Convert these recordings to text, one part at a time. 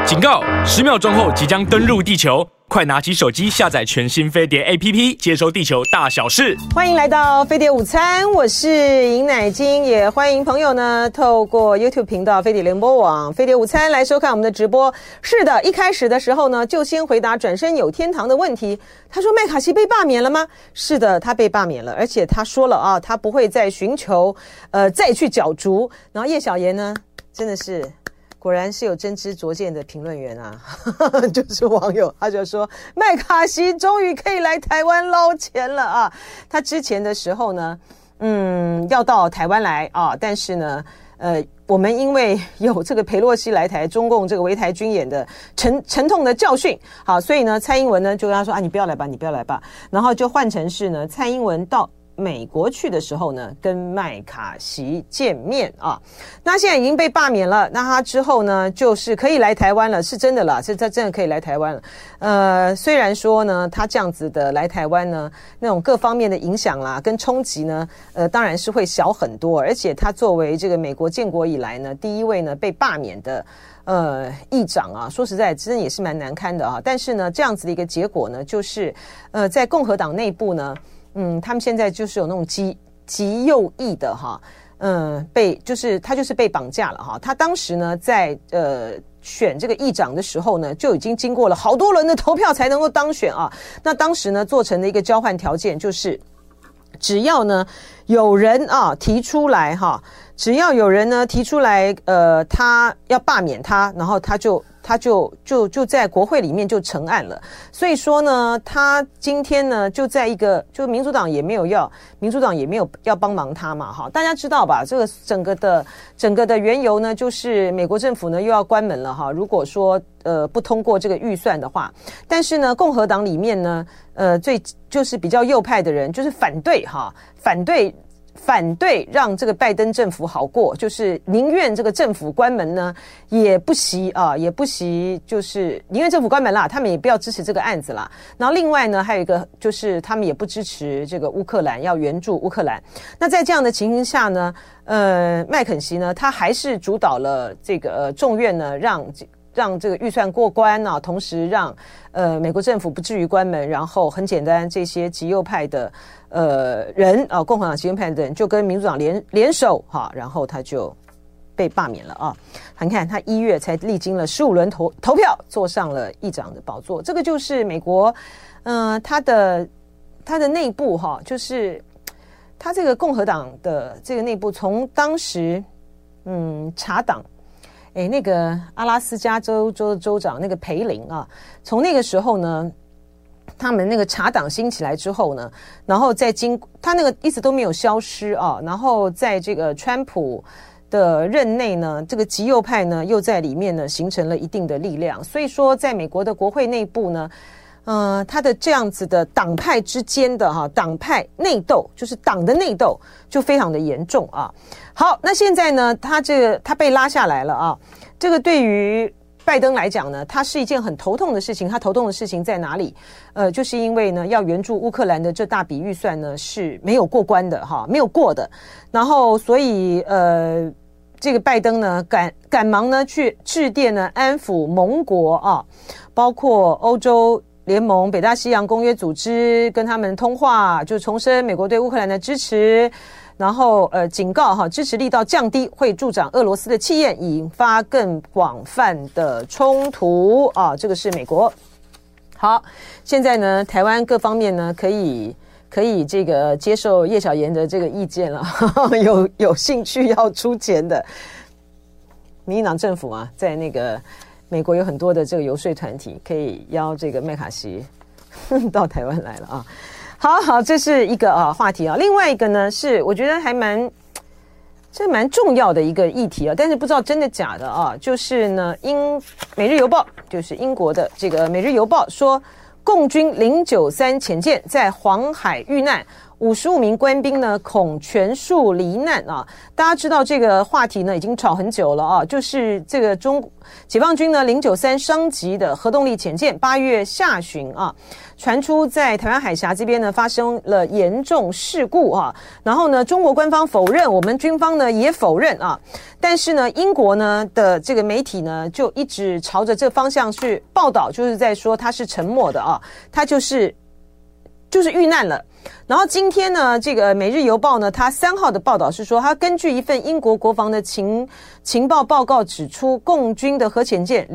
警告！10秒钟后即将登陆地球，快拿起手机下载全新飞碟 APP， 接收地球大小事。 欢迎来到飞碟午餐，我是尹乃菁，也欢迎朋友呢透过 YouTube 频道飞碟联播网飞碟午餐来收看我们的直播。是的，一开始的时候呢，就先回答转身有天堂的问题。他说麦卡锡被罢免了吗？是的，他被罢免了，而且他说了啊，他不会再寻求再去角逐。然后叶小妍呢，真的是。果然是有真知灼见的评论员啊，就是网友，他就说麦卡锡终于可以来台湾捞钱了啊！他之前的时候呢，要到台湾来啊，但是呢，我们因为有这个裴洛西来台，中共这个围台军演的沉痛的教训，好，所以呢，蔡英文呢就跟他说啊，你不要来吧，你不要来吧，然后就换成是呢，蔡英文到美国去的时候呢，跟麦卡锡见面啊。那现在已经被罢免了，那他之后呢，就是可以来台湾了，是真的啦，是他真的可以来台湾了。虽然说呢，他这样子的来台湾呢，那种各方面的影响啦，跟冲击呢，当然是会小很多。而且他作为这个美国建国以来呢，第一位呢被罢免的议长啊，说实在，真的也是蛮难堪的啊。但是呢，这样子的一个结果呢，就是在共和党内部呢。他们现在就是有那种极右翼的哈，他就是被绑架了哈。他当时呢在选这个议长的时候呢，就已经经过了好多轮的投票才能够当选啊。那当时呢做成的一个交换条件就是，只要呢有人啊提出来哈，只要有人呢提出来他要罢免他，然后他就在国会里面就成案了。所以说呢，他今天呢就在一个，就民主党也没有要帮忙他嘛，哈，大家知道吧？这个整个的缘由呢，就是美国政府呢又要关门了哈。如果说不通过这个预算的话，但是呢，共和党里面呢，就是比较右派的人就是反对让这个拜登政府好过，就是宁愿这个政府关门呢，也不惜就是宁愿政府关门啦，他们也不要支持这个案子啦。然后另外呢，还有一个就是他们也不支持这个乌克兰，要援助乌克兰。那在这样的情形下呢，麦肯锡呢，他还是主导了这个众院呢，让这个预算过关啊，同时让美国政府不至于关门，然后很简单，这些极右派的人啊，共和党极右派的人就跟民主党联手哈，然后他就被罢免了啊。你看他1月才历经了15轮投票，坐上了议长的宝座。这个就是美国他的内部哈，就是他这个共和党的这个内部，从当时茶党。那个阿拉斯加州州长那个培林啊，从那个时候呢，他们那个茶党兴起来之后呢，然后他那个一直都没有消失啊，然后在这个川普的任内呢，这个极右派呢又在里面呢形成了一定的力量，所以说在美国的国会内部呢，他的这样子的党派之间的党派内斗，就是党的内斗就非常的严重啊。好，那现在呢，他被拉下来了啊。这个对于拜登来讲呢，他是一件很头痛的事情。他头痛的事情在哪里？就是因为呢，要援助乌克兰的这大笔预算呢是没有过关的哈，没有过的。然后所以这个拜登呢赶忙呢去致电呢安抚盟国啊，包括欧洲联盟、北大西洋公约组织，跟他们通话，就重申美国对乌克兰的支持。然后警告哈，支持力道降低会助长俄罗斯的气焰，引发更广泛的冲突啊。这个是美国。好，现在呢，台湾各方面呢可以这个接受叶小妍的这个意见了，有兴趣要出钱的民进党政府啊，在那个美国有很多的这个游说团体，可以邀这个麦卡锡到台湾来了啊。好，这是一个话题啊。另外一个呢是我觉得还蛮重要的一个议题啊，但是不知道真的假的啊。就是呢，每日邮报，就是英国的这个每日邮报说，共军093潜舰在黄海遇难， 55名官兵呢恐全数罹难啊！大家知道这个话题呢已经吵很久了啊，就是这个解放军呢093商级的核动力潜舰8月下旬啊，传出在台湾海峡这边呢发生了严重事故啊，然后呢中国官方否认，我们军方呢也否认啊，但是呢英国呢的这个媒体呢就一直朝着这方向去报道，就是在说它是沉没的啊，它就是遇难了。然后今天呢，这个《每日邮报》呢，它3号的报道是说，它根据一份英国国防的情报报告指出，共军的核潜舰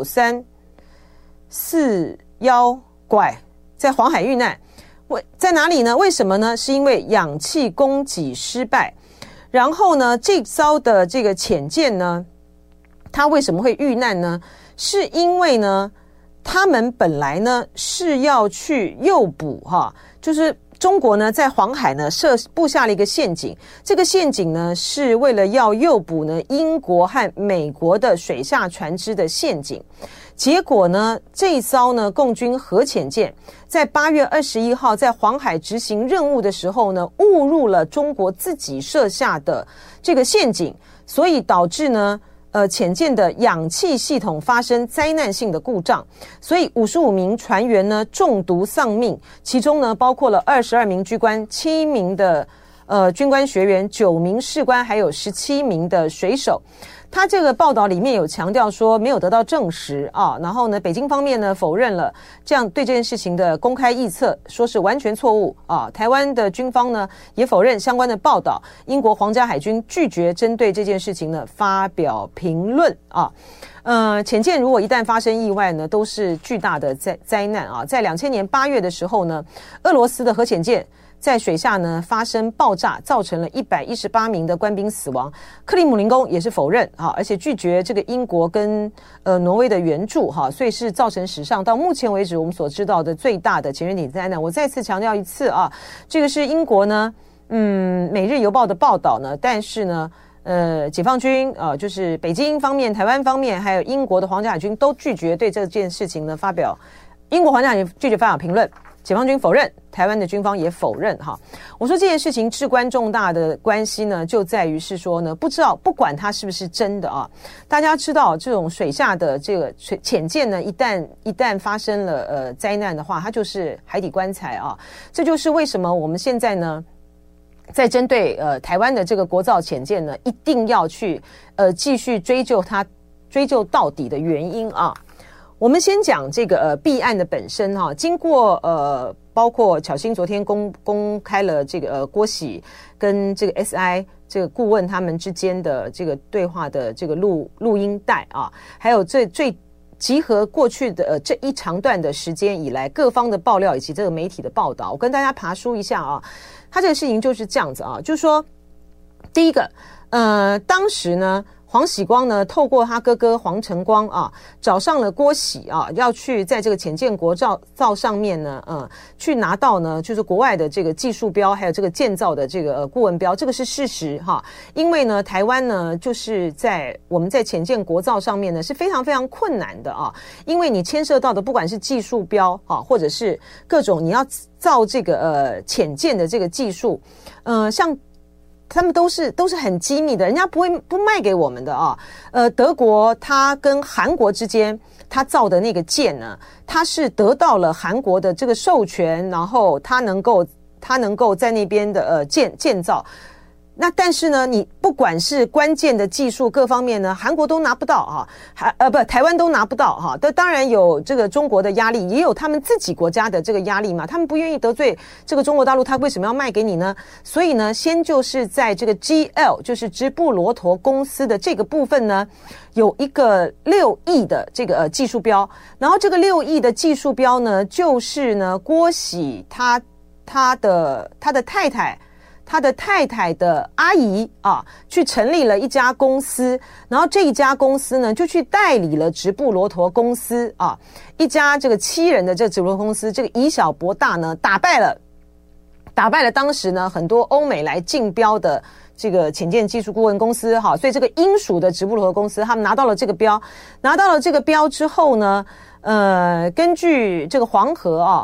09341拐在黄海遇难，在哪里呢？为什么呢？是因为氧气供给失败。然后呢，这艘的这个潜舰呢，它为什么会遇难呢？是因为呢，他们本来呢是要去诱捕就是中国呢在黄海呢布下了一个陷阱，这个陷阱呢是为了要诱捕呢英国和美国的水下船只的陷阱。结果呢，这一艘呢共军核潜舰在8月21号在黄海执行任务的时候呢，误入了中国自己设下的这个陷阱，所以导致呢潜舰的氧气系统发生灾难性的故障，所以55名船员呢中毒丧命，其中呢包括了22名军官、7名的军官学员、9名士官，还有17名的水手。他这个报道里面有强调说没有得到证实啊，然后呢北京方面呢否认了这样对这件事情的公开臆测，说是完全错误啊。台湾的军方呢也否认相关的报道，英国皇家海军拒绝针对这件事情呢发表评论啊。潜舰如果一旦发生意外呢，都是巨大的灾难啊。在2000年8月的时候呢，俄罗斯的核潜舰在水下呢发生爆炸，造成了118名的官兵死亡。克里姆林宫也是否认而且拒绝这个英国跟挪威的援助所以是造成史上到目前为止我们所知道的最大的潜水艇灾难。我再次强调一次这个是英国呢每日邮报的报道呢，但是呢解放军就是北京方面、台湾方面还有英国的皇家海军都拒绝对这件事情呢发表，英国皇家海军拒绝发表评论，解放军否认，台湾的军方也否认我说这件事情至关重大的关系呢，就在于是说呢，不管它是不是真的大家知道这种水下的这个潜舰呢，一旦发生了灾难的话，它就是海底棺材这就是为什么我们现在呢在针对台湾的这个国造潜舰呢，一定要去继续追究到底的原因我们先讲这个弊案的本身经过包括巧芯昨天公开了这个郭喜跟这个 SI 这个顾问他们之间的这个对话的这个录音带还有最集合过去的这一长段的时间以来各方的爆料以及这个媒体的报道，我跟大家爬梳一下他这个事情就是这样子就是说第一个当时呢黄喜光呢透过他哥哥黄晨光找上了郭喜要去在这个潜舰国造上面呢去拿到呢就是国外的这个技术标还有这个建造的这个顾问标，这个是事实因为呢台湾呢就是我们在潜舰国造上面呢是非常非常困难的因为你牵涉到的不管是技术标或者是各种你要造这个潜舰的这个技术像他们都是很机密的，人家不卖给我们的德国它跟韩国之间它造的那个舰呢，它是得到了韩国的这个授权，然后它能够在那边的建造。那但是呢，你不管是关键的技术各方面呢，韩国都拿不到台湾都拿不到当然有这个中国的压力，也有他们自己国家的这个压力嘛，他们不愿意得罪这个中国大陆，他为什么要卖给你呢？所以呢，先就是在这个 GL 就是直布罗陀公司的这个部分呢，有一个6亿的这个技术标，然后这个6亿的技术标呢，就是呢郭喜他的太太的阿姨去成立了一家公司，然后这一家公司呢就去代理了直布罗陀公司一家这个7人的这个直布罗陀公司，这个以小博大呢打败了当时呢很多欧美来竞标的这个潜舰技术顾问公司所以这个英属的直布罗陀公司他们拿到了这个标之后呢根据这个黄河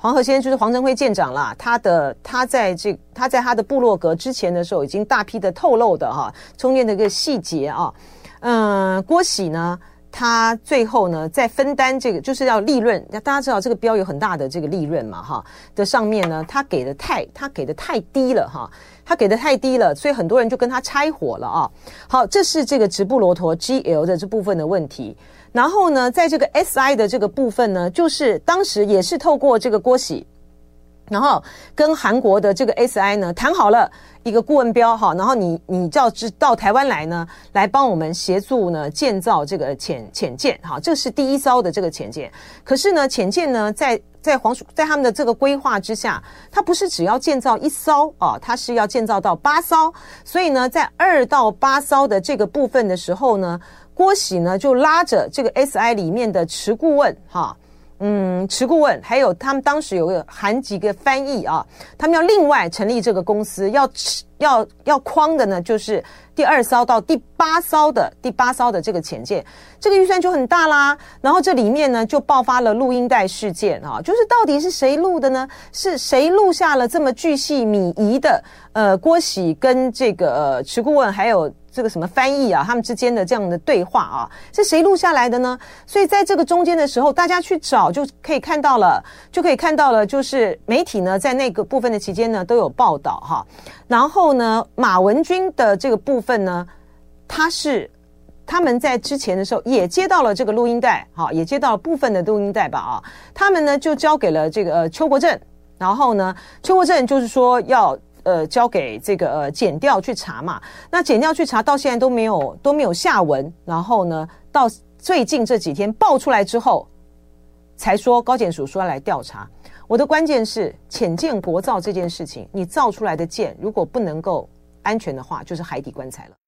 黄河先就是黄镇辉舰长啦，他在他的部落格之前的时候已经大批的透露的中间的一个细节啊，郭喜呢，他最后呢在分担这个就是要利润，大家知道这个标有很大的这个利润嘛的上面呢，他给的太低了他给的太低了，所以很多人就跟他拆伙了啊。好，这是这个直布罗陀 GL 的这部分的问题。然后呢，在这个 SI 的这个部分呢，就是当时也是透过这个郭喜，然后跟韩国的这个 SI 呢谈好了一个顾问标然后你就到台湾来呢，来帮我们协助呢建造这个潜舰这是第一艘的这个潜舰。可是呢，潜舰呢在他们的这个规划之下，它不是只要建造一艘它是要建造到8艘，所以呢，在2到8艘的这个部分的时候呢，郭喜呢就拉着这个 SI 里面的池顾问池顾问，还有他们当时有含几个翻译他们要另外成立这个公司，要框的呢，就是第2艘到第8艘的这个潜舰，这个预算就很大啦。然后这里面呢就爆发了录音带事件就是到底是谁录的呢？是谁录下了这么巨细靡遗的郭喜跟这个池顾问还有这个什么翻译他们之间的这样的对话是谁录下来的呢？所以在这个中间的时候，大家去找就可以看到了，就是媒体呢在那个部分的期间呢都有报道然后呢，马文君的这个部分呢，他们在之前的时候也接到了这个录音带也接到了部分的录音带吧他们呢就交给了这个邱国正，然后呢邱国正就是说要交给这个检调去查嘛，那检调去查到现在都没有下文，然后呢到最近这几天爆出来之后才说高检署说要来调查。我的关键是潜舰国造这件事情，你造出来的舰如果不能够安全的话，就是海底棺材了。